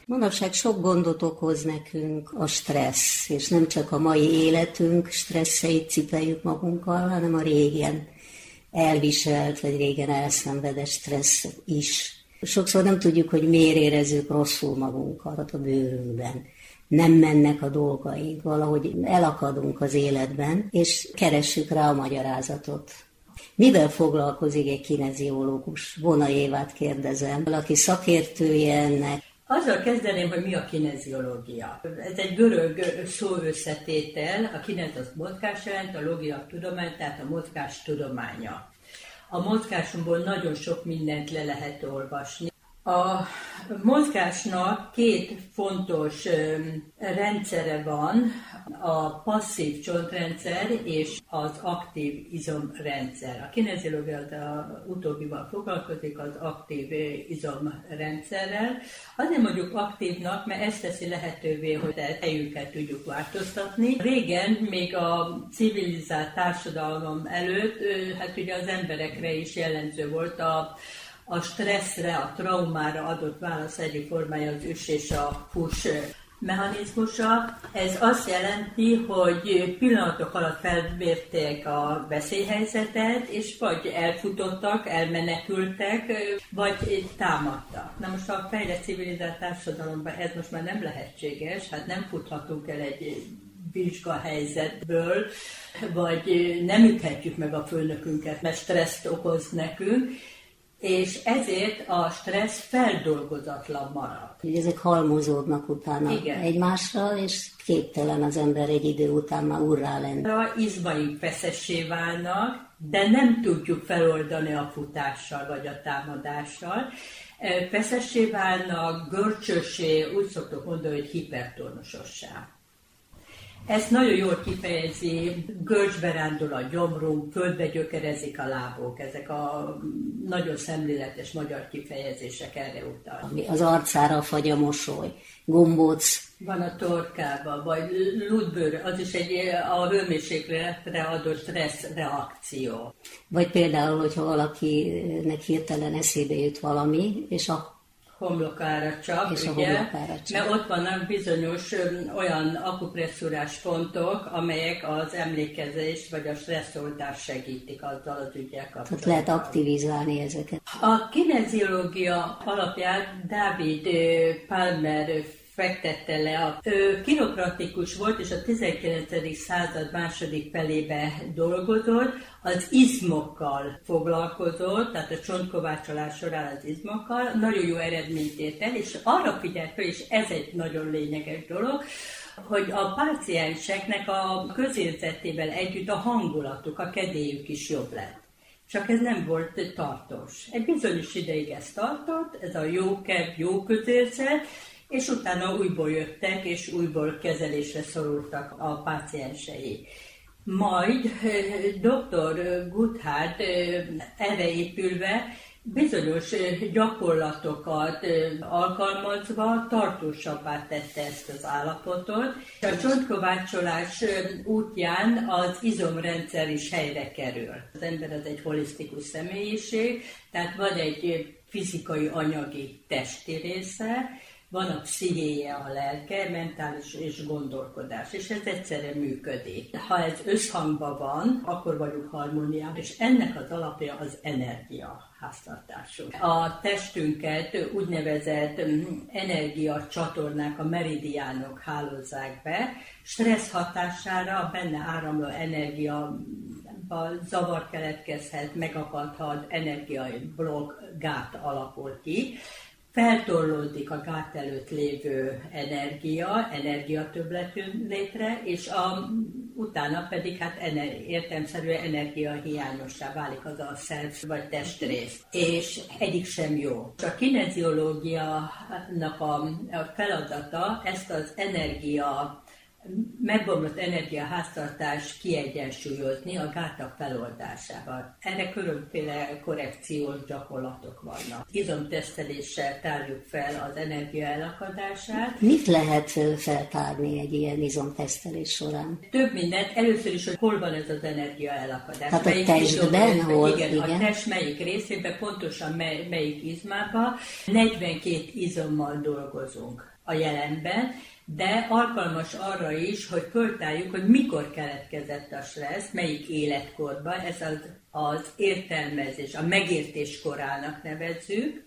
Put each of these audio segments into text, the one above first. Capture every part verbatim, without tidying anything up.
Manapság sok gondot okoz nekünk a stressz, és nem csak a mai életünk stresszeit cipeljük magunkkal, hanem a régen elviselt, vagy régen elszenvedett stressz is. Sokszor nem tudjuk, hogy miért érezzük rosszul magunkat a bőrünkben. Nem mennek a dolgaink, valahogy elakadunk az életben, és keressük rá a magyarázatot. Mivel foglalkozik egy kineziológus? Vona Évát kérdezem, aki szakértője ennek. Azzal kezdeném, hogy mi a kineziológia. Ez egy görög szóösszetétel, a kinez az mozgás jelent, a logia tudomány, tehát a mozgás tudománya. A mozgásunkból nagyon sok mindent le lehet olvasni. A mozgásnak két fontos rendszere van, a passzív csontrendszer és az aktív izomrendszer. A kineziológia az a utóbbival foglalkozik, az aktív izomrendszerrel. Azért mondjuk aktívnak, mert ez teszi lehetővé, hogy a helyünket tudjuk változtatni. Régen, még a civilizált társadalom előtt, hát ugye az emberekre is jellemző volt a A stresszre, a traumára adott válasz egyik formája az üss és a fuss mechanizmusa. Ez azt jelenti, hogy pillanatok alatt felmérték a veszélyhelyzetet, és vagy elfutottak, elmenekültek, vagy támadtak. Na most a fejlett civilizált társadalomban ez most már nem lehetséges, hát nem futhatunk el egy vizsgahelyzetből, vagy nem üthetjük meg a főnökünket, mert stresszt okoz nekünk, és ezért a stressz feldolgozatlan marad. Ezek halmozódnak utána Igen. egymásra, és képtelen az ember egy idő után már urrá lenni. A izmaink feszessé válnak, de nem tudjuk feloldani a futással vagy a támadással. Feszessé válnak, görcsössé, úgy szoktuk mondani, hogy hipertónusossá. Ezt nagyon jól kifejezi, görcsbe rándul a gyomrunk, földbe gyökerezik a lábok, ezek a nagyon szemléletes magyar kifejezések erre utalnak. Az arcára fagy a mosoly, gombóc. Van a torkában, vagy lúdbőr, az is egy a hőmérsékletre adott stressz reakció. Vagy például, hogyha valakinek hirtelen eszébe jut valami, és a homlokára csak, és ugye, homlokára csak. Mert ott vannak bizonyos olyan akupresszúrás pontok, amelyek az emlékezést vagy a stresszoltást segítik azzal az ügyel kapcsolatban. Tehát lehet aktivizálni ezeket. A kineziológia alapján David Palmer fektette le. Ő kiropraktikus volt, és a tizenkilencedik század második felébe dolgozott, az izmokkal foglalkozott, tehát a csontkovácsolás során az izmokkal, nagyon jó eredményt ért el, és arra figyelt fel, és ez egy nagyon lényeges dolog, hogy a pácienseknek a közérzetével együtt a hangulatuk, a kedélyük is jobb lett. Csak ez nem volt tartós. Egy bizonyos ideig ez tartott, ez a jó kedv, jó közérzet, és utána újból jöttek, és újból kezelésre szorultak a páciensei. Majd doktor Goodhart erre épülve bizonyos gyakorlatokat alkalmazva tartósabbá tette ezt az állapotot. A csontkovácsolás útján az izomrendszer is helyre kerül. Az ember az egy holisztikus személyiség, tehát van egy fizikai, anyagi testi része, van a pszichéje, a lelke, mentális és gondolkodás, és ez egyszerre működik. Ha ez összhangban van, akkor vagyunk harmóniában, és ennek az alapja az energia háztartásunk. A testünket úgynevezett energiacsatornák, a meridiánok hálózzák be, stressz hatására a benne áramló energia zavar keletkezhet, megakadhat, energiablokk, gát alakul ki. Feltorlódik a gát előtt lévő energia, energiatöbbletünk létre, és a, utána pedig hát ener, értelemszerűen energiahiányossá válik az a self vagy testrész. És egyik sem jó. A kineziológiának a, a feladata ezt az energia, megbomlott energiaháztartást kiegyensúlyozni a gátak feloldásával. Erre különféle korrekciós gyakorlatok vannak. Izomteszteléssel tárjuk fel az energia elakadását. Mit lehet feltárni egy ilyen izomtesztelés során? Több mindent. Először is, hogy hol van ez az energia elakadás. Tehát a testben, hol? Igen, igen, a test melyik részében, pontosan mely, melyik izmában. negyvenkét izommal dolgozunk. a jelenben, de alkalmas arra is, hogy föltárjuk, hogy mikor keletkezett a stressz, melyik életkorban, ez az, az értelmezés, a megértés korának nevezzük.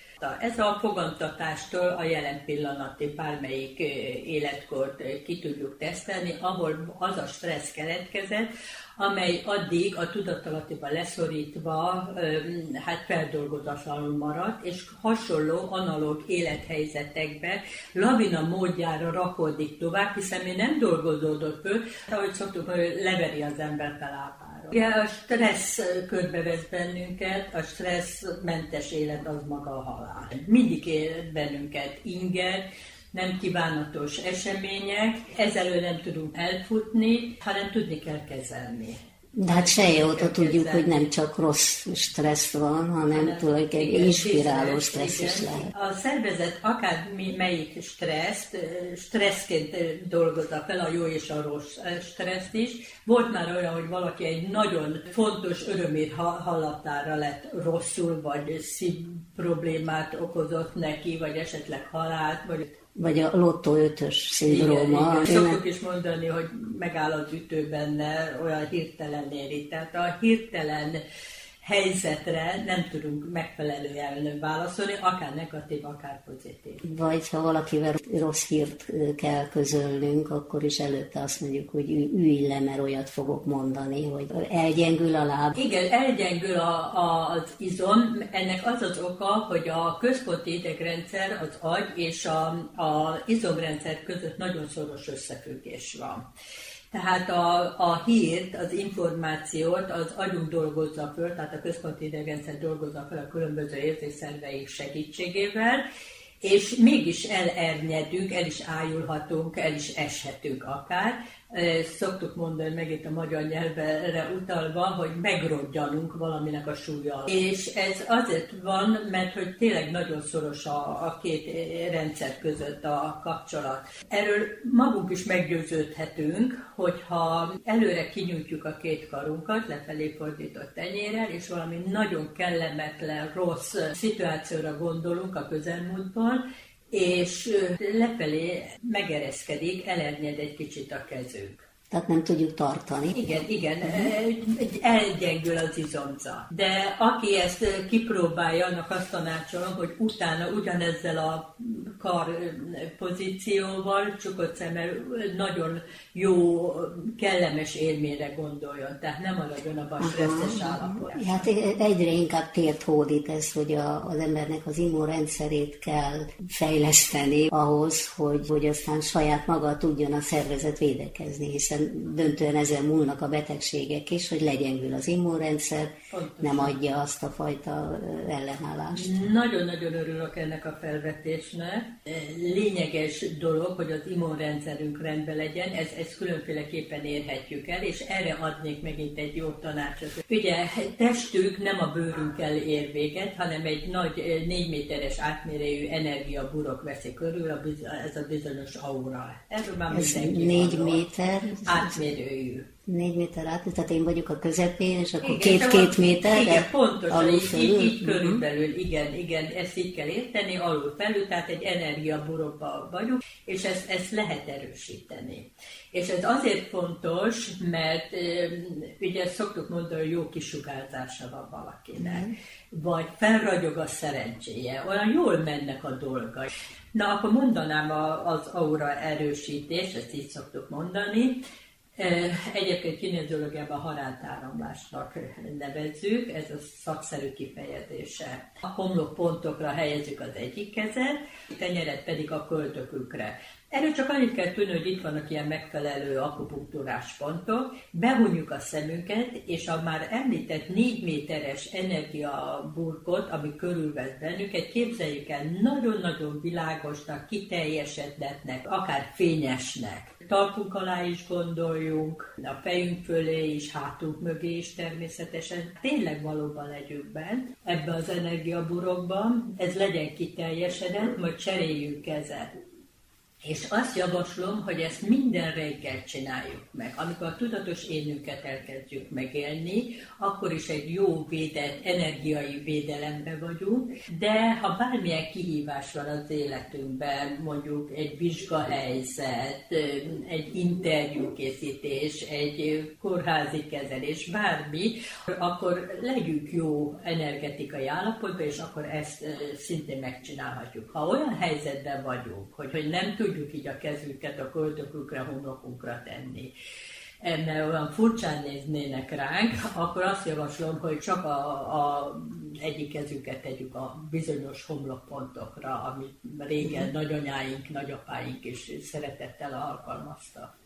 Ez a fogantatástól a jelen pillanati bármelyik életkort ki tudjuk tesztelni, ahol az a stressz keletkezett, amely addig a tudatalattiba leszorítva hát feldolgozatlanul maradt, és hasonló analóg élethelyzetekbe lavina módjára rakódik tovább, hiszen mi nem dolgozódott föl, ahogy szoktuk, hogy leveri az embert a lábára. Ugye a stressz körbevesz bennünket, a stresszmentes élet az maga a halál. Mindig él bennünket inger, nem kívánatos események, ezelől nem tudunk elfutni, hanem tudni kell kezelni. De hát sejóta tudjuk, hogy nem csak rossz stressz van, hanem, hanem tulajdonképpen egy inspiráló stressz is lehet. A szervezet akár melyik stresszt, stresszként dolgozza fel, a jó és a rossz stresszt is. Volt már olyan, hogy valaki egy nagyon fontos örömét hallatára lett rosszul, vagy szív problémát okozott neki, vagy esetleg halált, vagy vagy a lottó ötös szindróma. Igen, igen. Szoktuk is mondani, hogy megáll az ütő benne, olyan hirtelen éri. Tehát a hirtelen helyzetre nem tudunk megfelelően válaszolni, akár negatív, akár pozitív. Vagy ha valakivel rossz hírt kell közölnünk, akkor is előtte azt mondjuk, hogy ülj le, mert olyat fogok mondani, hogy elgyengül a láb. Igen, elgyengül a, a, az izom. Ennek az az oka, hogy a központi idegrendszer, az agy és az izomrendszer között nagyon szoros összefüggés van. Tehát a, a hírt, az információt az agyunk dolgozza föl, tehát a központi idegrendszer dolgozza föl a különböző érzékszerveink segítségével, és mégis elernyedünk, el is ájulhatunk, el is eshetünk akár. Szoktuk mondani, megint a magyar nyelvre utalva, hogy megrodjanunk valaminek a súlya. És ez azért van, mert hogy tényleg nagyon szoros a, a két rendszer között a kapcsolat. Erről magunk is meggyőződhetünk, hogyha előre kinyújtjuk a két karunkat, lefelé fordított tenyérrel, és valami nagyon kellemetlen, rossz szituációra gondolunk a közelmúltban, és lefelé megereszkedik, elernyed egy kicsit a kezünk. Tehát nem tudjuk tartani. Igen, igen, elgyengül az izomzat. De aki ezt kipróbálja, annak azt tanácsolom, hogy utána ugyanezzel a kar pozícióval, csukott szemmel nagyon jó, kellemes élményre gondoljon. Tehát nem maradjon abban a stresszes állapotban. Hát egyre inkább tért hódít ez, hogy a, az embernek az immunrendszerét kell fejleszteni ahhoz, hogy, hogy aztán saját maga tudjon a szervezet védekezni, hiszen döntően ezen múlnak a betegségek is, hogy legyengül az immunrendszer, pontosan. Nem adja azt a fajta ellenállást. Nagyon-nagyon örülök ennek a felvetésnek. Lényeges dolog, hogy az immunrendszerünk rendben legyen, ez, ezt különféleképpen érhetjük el, és erre adnék megint egy jó tanácsot. Ugye testünk nem a bőrünkkel ér véget, hanem egy nagy négy méteres átmérőjű energiaburok veszi körül, a biz- ez a bizonyos aura. Erről már ez négy méter? Átmérőjű. Négy méter át, tehát én vagyok a közepén, és akkor két-két két méter. Igen, pontosan, így, így, így körülbelül, igen, igen, ezt így kell érteni, alul felül, tehát egy energiaburokban vagyunk, és ezt, ezt lehet erősíteni. És ez azért fontos, mert ugye szoktuk mondani, hogy jó kisugárzása van valakinek, mm. vagy felragyog a szerencséje, olyan jól mennek a dolgai. Na, akkor mondanám az aura erősítés, ezt így szoktuk mondani. Egyébként kinéziológiában haláltáramlásnak nevezzük, ez a szakszerű kifejezése. A homlokpontokra helyezzük az egyik kezet, a tenyeret pedig a köldökükre. Erről csak annyit kell tudni, hogy itt vannak ilyen megfelelő akupunktúrás pontok, behunjuk a szemünket, és a már említett négy méteres energiaburkot, ami körülvesz bennünket, képzeljük el nagyon-nagyon világosnak, kiteljesedetnek, akár fényesnek. Talpunk alá is gondoljunk, a fejünk fölé is, hátunk mögé is természetesen. Tényleg valóban legyünk bent ebbe az energiaburokban, ez legyen kiteljesedett, majd cseréljünk kezet. És azt javaslom, hogy ezt minden reggel csináljuk meg. Amikor a tudatos énünket elkezdjük megélni, akkor is egy jó védett, energiai védelemben vagyunk, de ha bármilyen kihívás van az életünkben, mondjuk egy vizsgahelyzet, egy interjúkészítés, egy kórházi kezelés, bármi, akkor legyünk jó energetikai állapotban, és akkor ezt szintén megcsinálhatjuk. Ha olyan helyzetben vagyunk, hogy, hogy nem tudjuk így a kezünket a költökünkre, homlokunkra tenni, mert olyan furcsán néznének ránk, akkor azt javaslom, hogy csak a, a egyik kezünket tegyük a bizonyos homlokpontokra, amit régen nagyanyáink, nagyapáink is szeretettel alkalmaztak.